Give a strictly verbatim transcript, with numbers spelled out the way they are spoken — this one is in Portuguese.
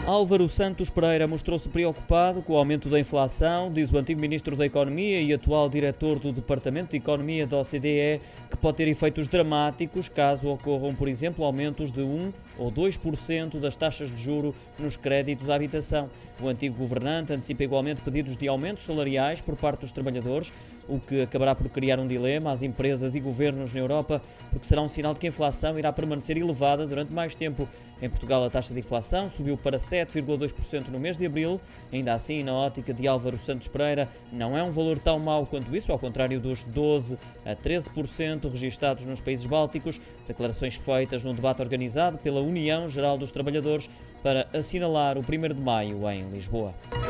Álvaro Santos Pereira mostrou-se preocupado com o aumento da inflação, diz o antigo Ministro da Economia e atual Diretor do Departamento de Economia da O C D E, que pode ter efeitos dramáticos caso ocorram, por exemplo, aumentos de um ou dois por cento das taxas de juro nos créditos à habitação. O antigo governante antecipa igualmente pedidos de aumentos salariais por parte dos trabalhadores, o que acabará por criar um dilema às empresas e governos na Europa, porque será um sinal de que a inflação irá permanecer elevada durante mais tempo. Em Portugal, a taxa de inflação subiu para sete vírgula dois por cento no mês de abril. Ainda assim, na ótica de Álvaro Santos Pereira, não é um valor tão mau quanto isso, ao contrário dos doze a treze por cento registados nos países bálticos, declarações feitas num debate organizado pela União Geral dos Trabalhadores para assinalar o primeiro de maio em Lisboa.